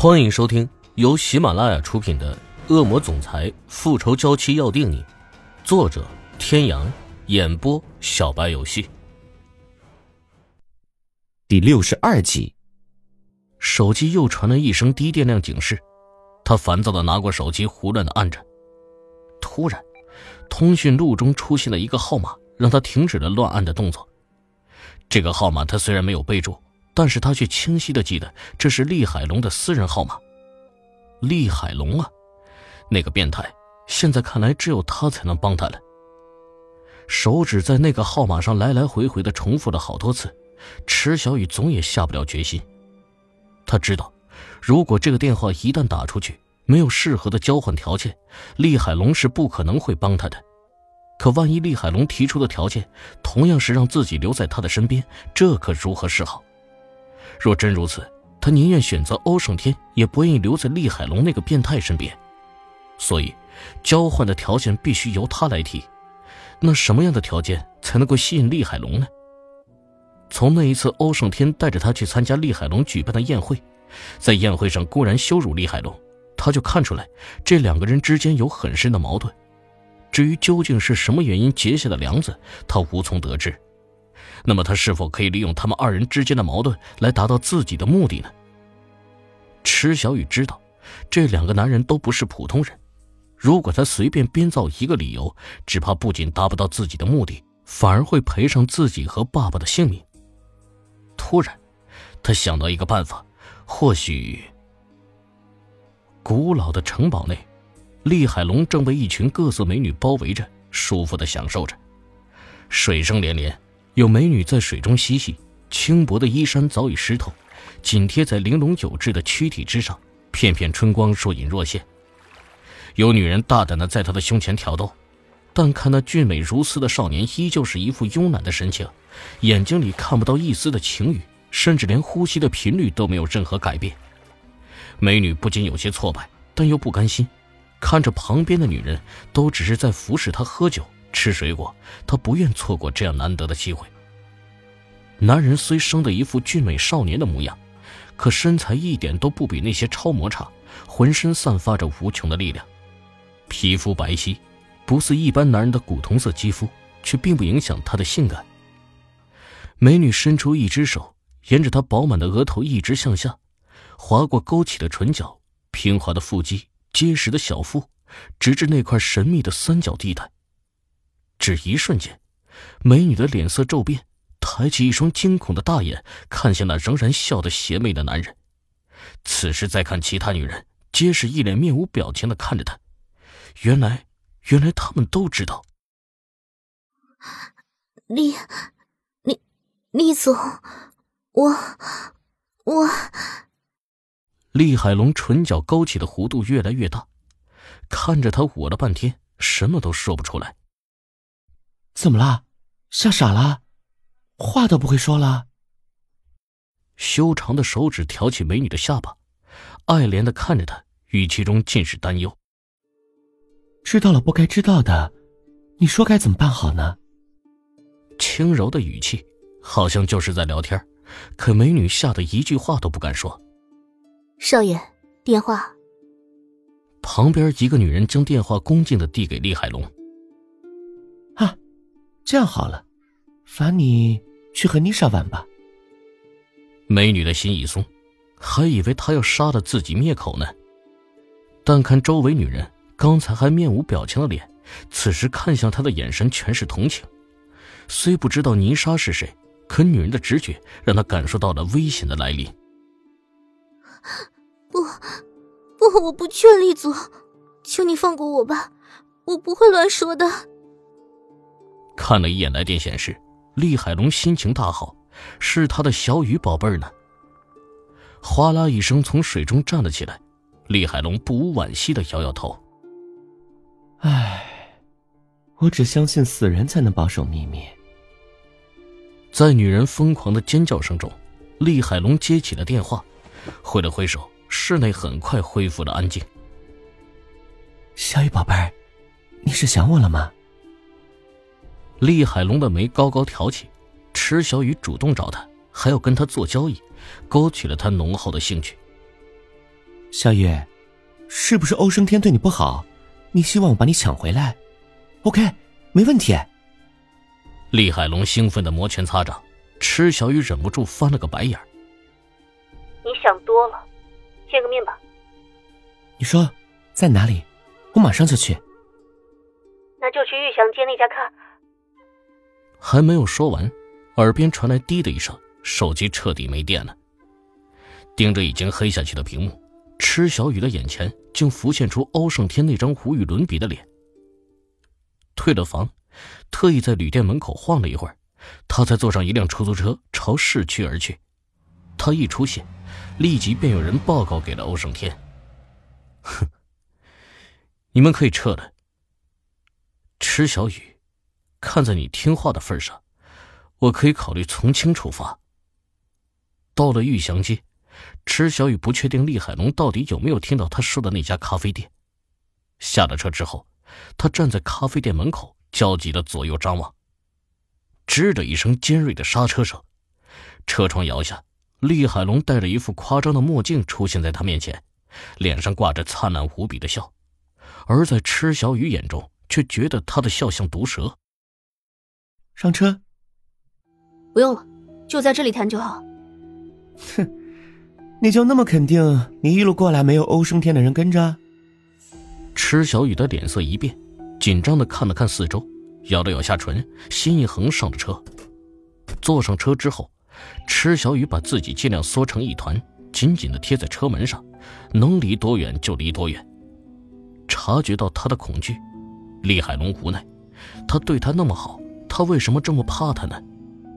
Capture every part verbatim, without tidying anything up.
欢迎收听由喜马拉雅出品的《恶魔总裁复仇娇妻要定你》，作者天阳，演播小白游戏。 第六十二集， 手机又传来一声低电量警示，他烦躁地拿过手机胡乱地按着。突然，通讯录中出现了一个号码，让他停止了乱按的动作。这个号码他虽然没有备注，但是他却清晰地记得这是厉海龙的私人号码。厉海龙啊，那个变态，现在看来只有他才能帮他了。手指在那个号码上来来回回地重复了好多次，池小雨总也下不了决心。他知道，如果这个电话一旦打出去，没有适合的交换条件，厉海龙是不可能会帮他的。可万一厉海龙提出的条件同样是让自己留在他的身边，这可如何是好？若真如此，他宁愿选择欧胜天，也不愿意留在厉海龙那个变态身边。所以交换的条件必须由他来提。那什么样的条件才能够吸引厉海龙呢？从那一次欧胜天带着他去参加厉海龙举办的宴会，在宴会上固然羞辱厉海龙，他就看出来这两个人之间有很深的矛盾。至于究竟是什么原因结下的梁子，他无从得知。那么他是否可以利用他们二人之间的矛盾来达到自己的目的呢？池小雨知道这两个男人都不是普通人，如果他随便编造一个理由，只怕不仅达不到自己的目的，反而会赔上自己和爸爸的性命。突然他想到一个办法，或许……古老的城堡内，厉海龙正被一群各色美女包围着，舒服地享受着。水声连连，有美女在水中嬉戏，轻薄的衣衫早已湿透，紧贴在玲珑有致的躯体之上，片片春光若隐若现。有女人大胆地在他的胸前挑逗，但看那俊美如斯的少年依旧是一副慵懒的神情，眼睛里看不到一丝的情欲，甚至连呼吸的频率都没有任何改变。美女不禁有些挫败，但又不甘心，看着旁边的女人都只是在服侍她喝酒吃水果，她不愿错过这样难得的机会。男人虽生得一副俊美少年的模样，可身材一点都不比那些超模差，浑身散发着无穷的力量。皮肤白皙，不似一般男人的古铜色肌肤，却并不影响他的性感。美女伸出一只手，沿着他饱满的额头一直向下，划过勾起的唇角，平滑的腹肌，结实的小腹，直至那块神秘的三角地带。只一瞬间，美女的脸色骤变，抬起一双惊恐的大眼看向那仍然笑得邪魅的男人。此时再看其他女人，皆是一脸面无表情地看着他。原来原来他们都知道。 厉厉厉总，我我厉海龙唇角勾起的弧度越来越大，看着他我了半天，什么都说不出来。 怎么了？吓傻了？话都不会说了？ 修长的手指挑起美女的下巴，爱怜地看着她，语气中尽是担忧。 知道了不该知道的，你说该怎么办好呢？ 轻柔的语气，好像就是在聊天，可美女吓得一句话都不敢说。 少爷，电话。 旁边一个女人将电话恭敬地递给厉海龙。 啊，这样好了，烦你去和妮莎玩吧。 美女的心一松，还以为他要杀了自己灭口呢。但看周围女人刚才还面无表情的脸，此时看向他的眼神全是同情。虽不知道泥沙是谁，可女人的直觉让他感受到了危险的来临。 不不，我不劝厉总，求你放过我吧，我不会乱说的。 看了一眼来电显示，厉海龙心情大好，是他的小雨宝贝儿呢。哗啦一声从水中站了起来，厉海龙不无惋惜地摇摇头。 唉，我只相信死人才能保守秘密。 在女人疯狂的尖叫声中，厉海龙接起了电话，挥了挥手，室内很快恢复了安静。 小雨宝贝儿，你是想我了吗？ 厉海龙的眉高高挑起，池小雨主动找他，还要跟他做交易，勾起了他浓厚的兴趣。 小雨，是不是欧胜天对你不好？你希望我把你抢回来 ？OK， 没问题。 厉海龙兴奋地摩拳擦掌，池小雨忍不住翻了个白眼。 你想多了，见个面吧。 你说在哪里？我马上就去。 那就去玉祥街那家看。 还没有说完，耳边传来滴的一声，手机彻底没电了。盯着已经黑下去的屏幕，池小雨的眼前竟浮现出欧胜天那张无与伦比的脸。退了房，特意在旅店门口晃了一会儿，他才坐上一辆出租车朝市区而去。他一出现，立即便有人报告给了欧胜天。哼，你们可以撤了。池小雨，看在你听话的份上，我可以考虑从轻处罚。到了玉祥街，池小雨不确定厉海龙到底有没有听到他说的那家咖啡店。下了车之后，他站在咖啡店门口，焦急地左右张望。吱的一声尖锐的刹车声，车窗摇下，厉海龙戴着一副夸张的墨镜出现在他面前，脸上挂着灿烂无比的笑，而在池小雨眼中却觉得他的笑像毒蛇。 上车。 不用了，就在这里谈就好。 哼，你就那么肯定你一路过来没有欧胜天的人跟着？ 池小雨的脸色一变，紧张地看了看四周，咬了咬下唇，心一横上了车。坐上车之后，池小雨把自己尽量缩成一团，紧紧地贴在车门上，能离多远就离多远。察觉到他的恐惧，厉海龙无奈，他对他那么好，他为什么这么怕他呢？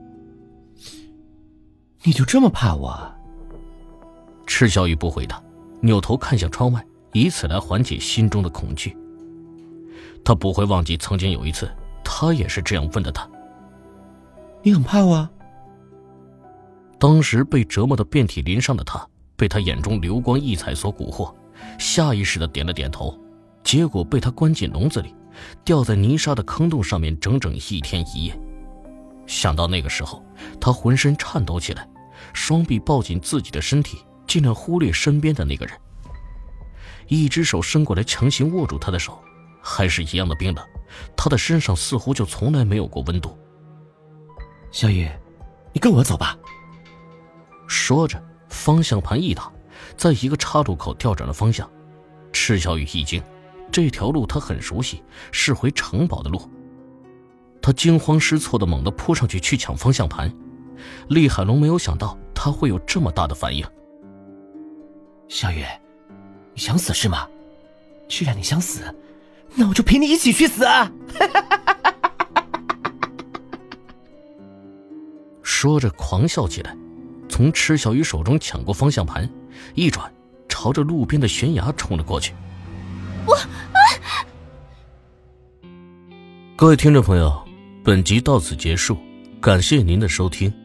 你就这么怕我？ 池小雨不回答，扭头看向窗外，以此来缓解心中的恐惧。他不会忘记曾经有一次，他也是这样问的他。 你很怕我？ 当时被折磨得遍体鳞伤的他，被他眼中流光溢彩所蛊惑，下意识地点了点头，结果被他关进笼子里，吊在泥沙的坑洞上面整整一天一夜。想到那个时候，他浑身颤抖起来，双臂抱紧自己的身体，尽量忽略身边的那个人。一只手伸过来强行握住他的手，还是一样的冰冷，他的身上似乎就从来没有过温度。 小雨，你跟我走吧。 说着，方向盘一打，在一个岔路口调转了方向。池小雨一惊，这条路他很熟悉，是回城堡的路。他惊慌失措地猛地扑上去去抢方向盘，厉海龙没有想到他会有这么大的反应。 小雨，你想死是吗？既然你想死，那我就陪你一起去死啊！ 说着狂笑起来，从池小雨手中抢过方向盘，一转朝着路边的悬崖冲了过去。 我啊！ 各位听众朋友，本集到此结束，感谢您的收听。